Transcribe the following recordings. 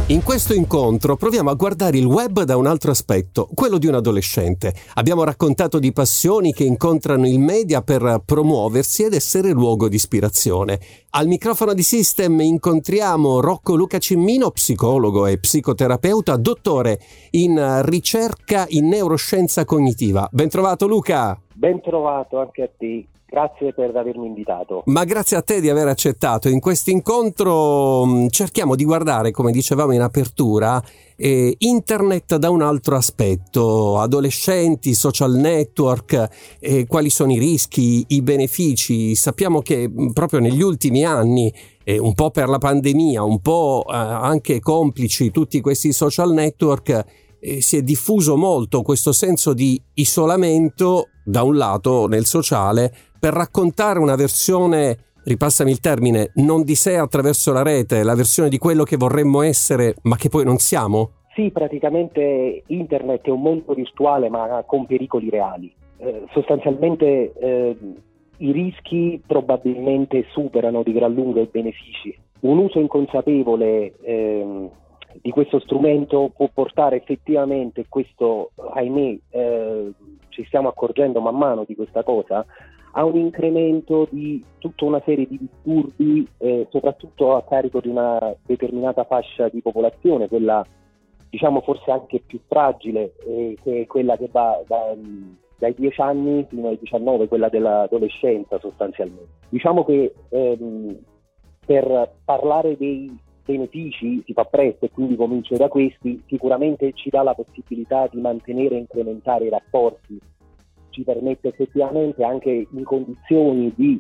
In questo incontro proviamo a guardare il web da un altro aspetto, quello di un adolescente. Abbiamo raccontato di passioni che incontrano il media per promuoversi ed essere luogo di ispirazione. Al microfono di System incontriamo Rocco Luca Cimmino, psicologo e psicoterapeuta, dottore in ricerca in neuroscienza cognitiva. Ben trovato Luca! Ben trovato anche a te. Grazie per avermi invitato. Ma grazie a te di aver accettato. In questo incontro cerchiamo di guardare, come dicevamo in apertura, internet da un altro aspetto, adolescenti, social network, quali sono i rischi, i benefici. Sappiamo che proprio negli ultimi anni, un po' per la pandemia, un po' anche complici tutti questi social network, si è diffuso molto questo senso di isolamento da un lato nel sociale per raccontare una versione, ripassami il termine, non di sé attraverso la rete, la versione di quello che vorremmo essere ma che poi non siamo? Sì, praticamente internet è un mondo virtuale ma con pericoli reali. Sostanzialmente i rischi probabilmente superano di gran lunga i benefici. Un uso inconsapevole di questo strumento può portare effettivamente, questo ahimè ci stiamo accorgendo man mano di questa cosa, a un incremento di tutta una serie di disturbi, soprattutto a carico di una determinata fascia di popolazione, quella diciamo forse anche più fragile, che è quella che va dai 10 anni fino ai 19, quella dell'adolescenza sostanzialmente. Diciamo che per parlare dei benefici si fa presto e quindi comincio da questi. Sicuramente ci dà la possibilità di mantenere e incrementare i rapporti, ci permette effettivamente anche in condizioni di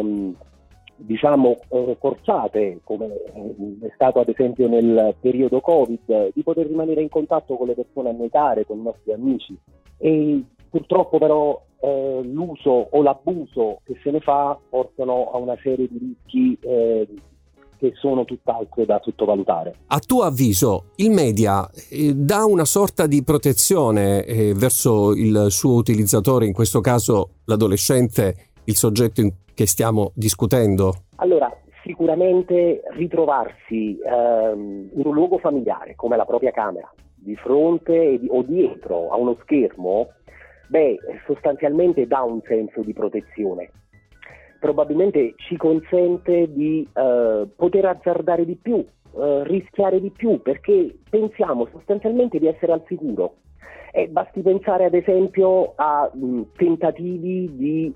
forzate, come è stato ad esempio nel periodo Covid, di poter rimanere in contatto con le persone a noi care, con i nostri amici. E purtroppo però l'uso o l'abuso che se ne fa portano a una serie di rischi che sono tutt'altro da sottovalutare. A tuo avviso il media dà una sorta di protezione verso il suo utilizzatore, in questo caso l'adolescente, il soggetto che stiamo discutendo? Allora, sicuramente ritrovarsi in un luogo familiare come la propria camera, di fronte o dietro a uno schermo, sostanzialmente dà un senso di protezione. Probabilmente ci consente di poter azzardare di più, rischiare di più, perché pensiamo sostanzialmente di essere al sicuro. E basti pensare ad esempio a tentativi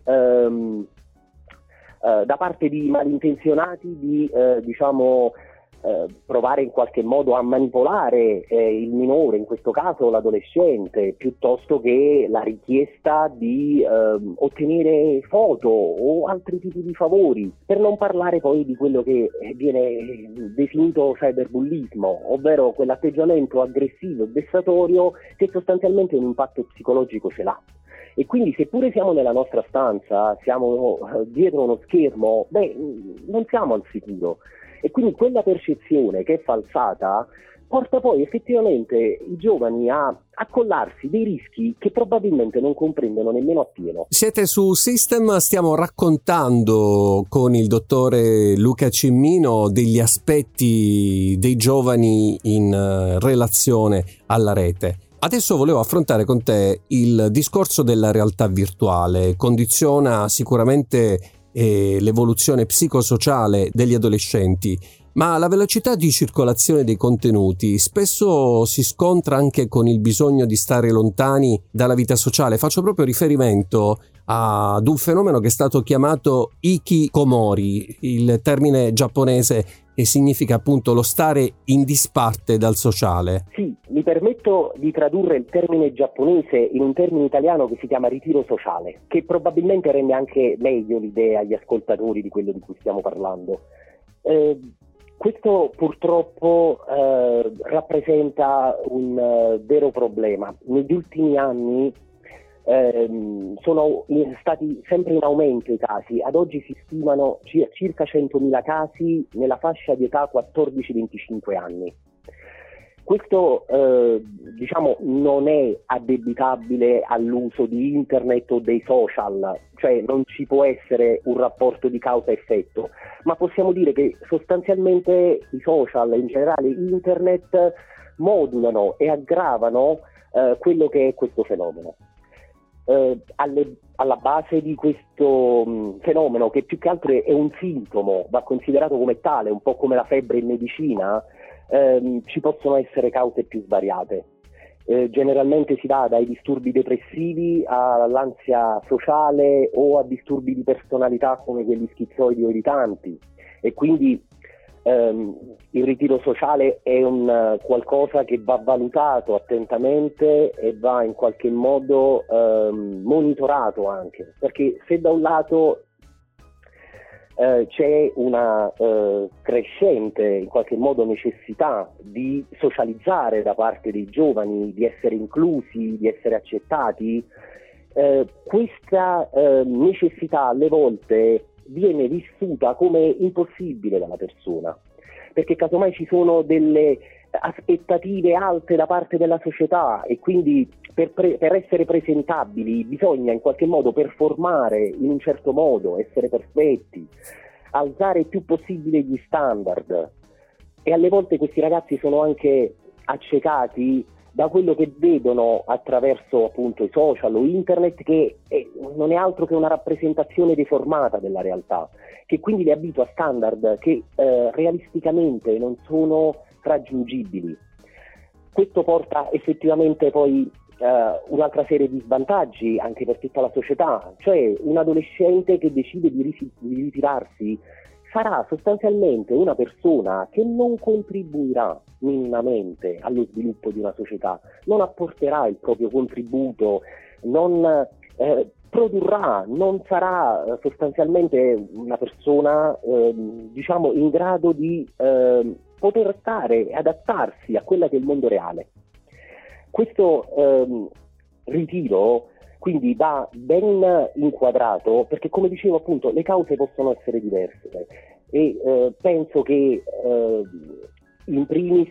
da parte di malintenzionati di provare in qualche modo a manipolare il minore, in questo caso l'adolescente, piuttosto che la richiesta di ottenere foto o altri tipi di favori, per non parlare poi di quello che viene definito cyberbullismo, ovvero quell'atteggiamento aggressivo e vessatorio che sostanzialmente un impatto psicologico ce l'ha. E quindi seppure siamo nella nostra stanza, siamo dietro uno schermo, non siamo al sicuro. E quindi quella percezione che è falsata porta poi effettivamente i giovani a accollarsi dei rischi che probabilmente non comprendono nemmeno appieno. Siete su System, stiamo raccontando con il dottore Luca Cimmino degli aspetti dei giovani in relazione alla rete. Adesso volevo affrontare con te il discorso della realtà virtuale. Condiziona sicuramente l'evoluzione psicosociale degli adolescenti, ma la velocità di circolazione dei contenuti spesso si scontra anche con il bisogno di stare lontani dalla vita sociale. Faccio proprio riferimento ad un fenomeno che è stato chiamato hikikomori, il termine giapponese che significa appunto lo stare in disparte dal sociale. Sì, mi permetto di tradurre il termine giapponese in un termine italiano che si chiama ritiro sociale, che probabilmente rende anche meglio l'idea agli ascoltatori di quello di cui stiamo parlando. Questo purtroppo rappresenta un vero problema. Negli ultimi anni sono stati sempre in aumento i casi. Ad oggi si stimano circa 100.000 casi nella fascia di età 14-25 anni. Questo diciamo non è addebitabile all'uso di internet o dei social, cioè non ci può essere un rapporto di causa-effetto, ma possiamo dire che sostanzialmente i social, in generale internet, modulano e aggravano quello che è questo fenomeno. Alla base di questo fenomeno, che più che altro è un sintomo, va considerato come tale, un po' come la febbre in medicina, ci possono essere cause più svariate. Generalmente si va dai disturbi depressivi all'ansia sociale o a disturbi di personalità come quelli schizoidi o irritanti, e quindi il ritiro sociale è un qualcosa che va valutato attentamente e va in qualche modo monitorato anche, perché se da un lato c'è una crescente in qualche modo necessità di socializzare da parte dei giovani, di essere inclusi, di essere accettati, questa necessità alle volte viene vissuta come impossibile dalla persona, perché casomai ci sono delle aspettative alte da parte della società e quindi per essere presentabili bisogna in qualche modo performare in un certo modo, essere perfetti, alzare il più possibile gli standard, e alle volte questi ragazzi sono anche accecati da quello che vedono attraverso appunto i social o internet, che non è altro che una rappresentazione deformata della realtà, che quindi li abitua a standard che realisticamente non sono raggiungibili. Questo porta effettivamente poi un'altra serie di svantaggi anche per tutta la società, cioè un adolescente che decide di ritirarsi sarà sostanzialmente una persona che non contribuirà minimamente allo sviluppo di una società, non apporterà il proprio contributo, non produrrà, non sarà sostanzialmente una persona diciamo in grado di poter stare e adattarsi a quella che è il mondo reale. Questo ritiro quindi va ben inquadrato, perché come dicevo appunto le cause possono essere diverse e penso che in primis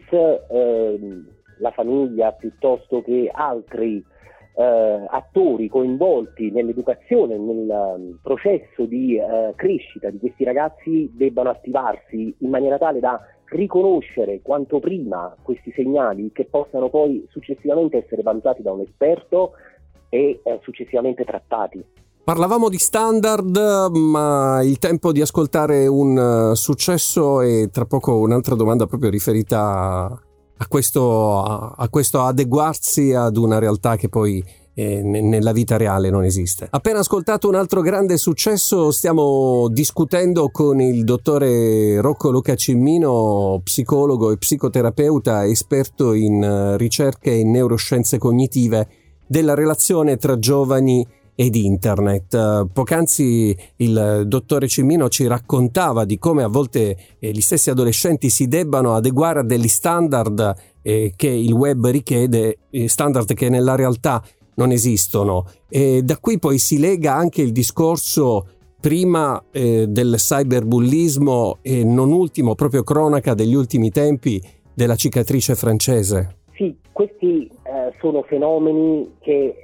la famiglia piuttosto che altri attori coinvolti nell'educazione, nel processo di crescita di questi ragazzi debbano attivarsi in maniera tale da riconoscere quanto prima questi segnali, che possano poi successivamente essere valutati da un esperto e successivamente trattati. Parlavamo di standard, ma il tempo di ascoltare un successo e tra poco un'altra domanda proprio riferita a questo adeguarsi ad una realtà che poi nella vita reale non esiste. Appena ascoltato un altro grande successo, stiamo discutendo con il dottore Rocco Luca Cimmino, psicologo e psicoterapeuta, esperto in ricerche in neuroscienze cognitive, della relazione tra giovani ed internet. Poc'anzi il dottore Cimmino ci raccontava di come a volte gli stessi adolescenti si debbano adeguare a degli standard che il web richiede, standard che nella realtà non esistono, e da qui poi si lega anche il discorso prima del cyberbullismo e non ultimo, proprio cronaca degli ultimi tempi, della cicatrice francese. Sì, questi sono fenomeni che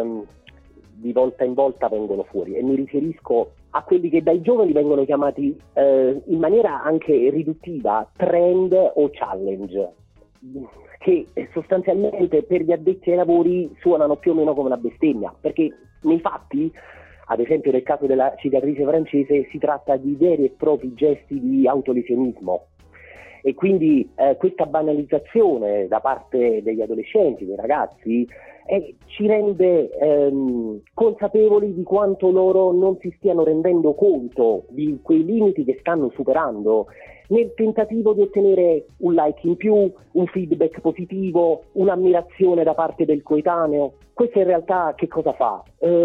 di volta in volta vengono fuori, e mi riferisco a quelli che dai giovani vengono chiamati in maniera anche riduttiva trend o challenge, che sostanzialmente per gli addetti ai lavori suonano più o meno come una bestemmia, perché nei fatti, ad esempio nel caso della cicatrice francese, si tratta di veri e propri gesti di autolesionismo, e quindi questa banalizzazione da parte degli adolescenti, dei ragazzi, ci rende consapevoli di quanto loro non si stiano rendendo conto di quei limiti che stanno superando nel tentativo di ottenere un like in più, un feedback positivo, un'ammirazione da parte del coetaneo. Questo in realtà che cosa fa?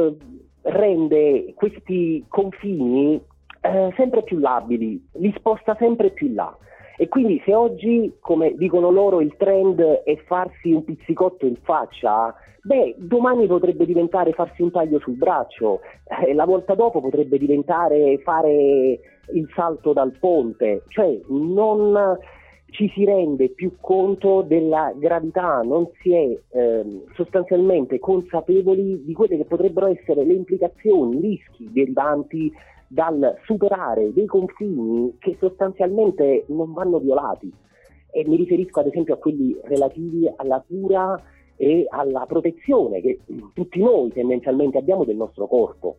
Rende questi confini sempre più labili, li sposta sempre più in là. E quindi se oggi, come dicono loro, il trend è farsi un pizzicotto in faccia, domani potrebbe diventare farsi un taglio sul braccio, la volta dopo potrebbe diventare fare il salto dal ponte, cioè non ci si rende più conto della gravità, non si è sostanzialmente consapevoli di quelle che potrebbero essere le implicazioni, i rischi derivanti dal superare dei confini che sostanzialmente non vanno violati. E mi riferisco ad esempio a quelli relativi alla cura e alla protezione che tutti noi tendenzialmente abbiamo del nostro corpo.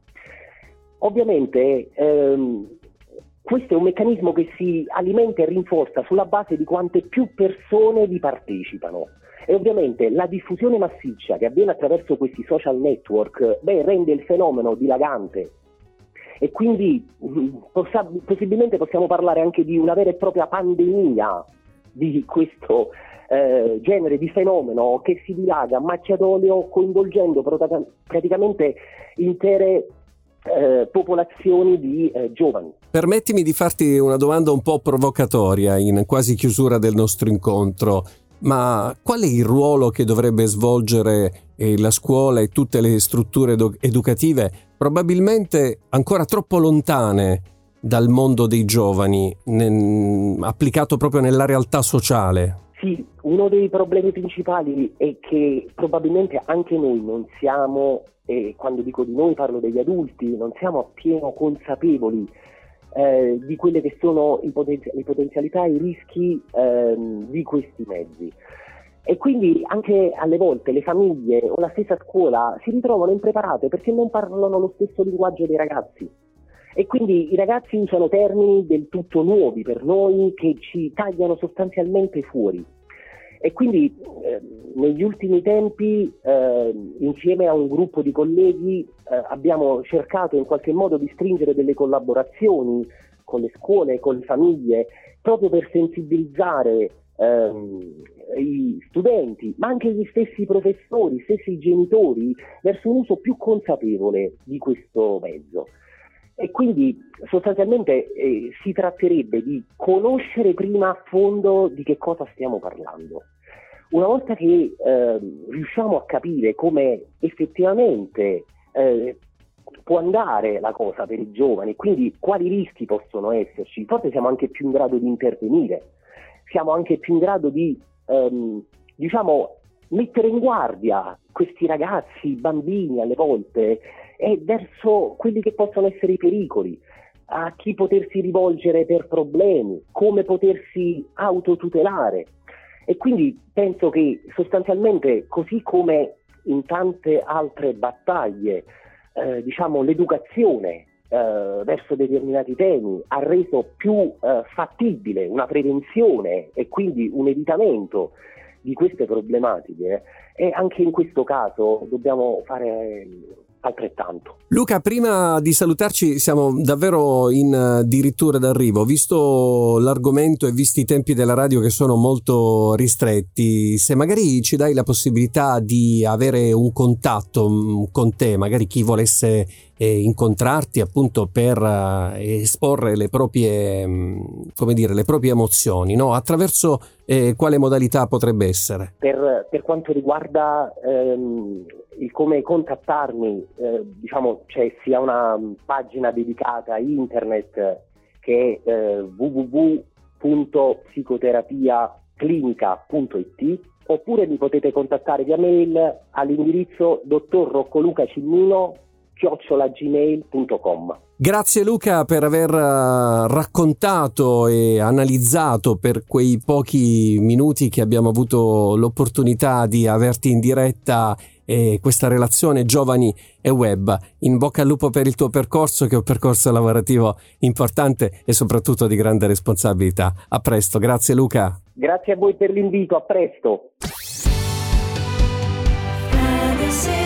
Ovviamente questo è un meccanismo che si alimenta e rinforza sulla base di quante più persone vi partecipano. E ovviamente la diffusione massiccia che avviene attraverso questi social network rende il fenomeno dilagante. E quindi possibilmente possiamo parlare anche di una vera e propria pandemia di questo genere di fenomeno che si dilaga a macchia d'olio, coinvolgendo praticamente intere popolazioni di giovani. Permettimi di farti una domanda un po' provocatoria in quasi chiusura del nostro incontro. Ma qual è il ruolo che dovrebbe svolgere la scuola e tutte le strutture educative, probabilmente ancora troppo lontane dal mondo dei giovani, applicato proprio nella realtà sociale? Sì, uno dei problemi principali è che probabilmente anche noi non siamo, e quando dico di noi parlo degli adulti, non siamo appieno consapevoli di quelle che sono le potenzialità e i rischi di questi mezzi. E quindi anche alle volte le famiglie o la stessa scuola si ritrovano impreparate perché non parlano lo stesso linguaggio dei ragazzi. E quindi i ragazzi usano termini del tutto nuovi per noi che ci tagliano sostanzialmente fuori. E quindi negli ultimi tempi, insieme a un gruppo di colleghi, abbiamo cercato in qualche modo di stringere delle collaborazioni con le scuole, con le famiglie, proprio per sensibilizzare i studenti, ma anche gli stessi professori, gli stessi genitori, verso un uso più consapevole di questo mezzo. E quindi sostanzialmente si tratterebbe di conoscere prima a fondo di che cosa stiamo parlando. Una volta che riusciamo a capire come effettivamente può andare la cosa per i giovani, quindi quali rischi possono esserci, forse siamo anche più in grado di intervenire, siamo anche più in grado di mettere in guardia questi ragazzi, bambini alle volte, e verso quelli che possono essere i pericoli, a chi potersi rivolgere per problemi, come potersi autotutelare. E quindi penso che sostanzialmente, così come in tante altre battaglie, l'educazione verso determinati temi ha reso più fattibile una prevenzione e quindi un evitamento di queste problematiche, e anche in questo caso dobbiamo fare altrettanto. Luca, prima di salutarci, siamo davvero in dirittura d'arrivo. Visto l'argomento e visti i tempi della radio che sono molto ristretti, se magari ci dai la possibilità di avere un contatto con te, magari chi volesse incontrarti appunto per esporre le proprie emozioni, no? Attraverso quale modalità potrebbe essere? Per quanto riguarda il come contattarmi, c'è sia una pagina dedicata a internet che è www.psicoterapiaclinica.it, oppure mi potete contattare via mail all'indirizzo dottorroccolucacimmino@gmail.com. Grazie Luca per aver raccontato e analizzato per quei pochi minuti che abbiamo avuto l'opportunità di averti in diretta questa relazione giovani e web. In bocca al lupo per il tuo percorso, che è un percorso lavorativo importante e soprattutto di grande responsabilità. A presto, grazie Luca. Grazie a voi per l'invito, a presto.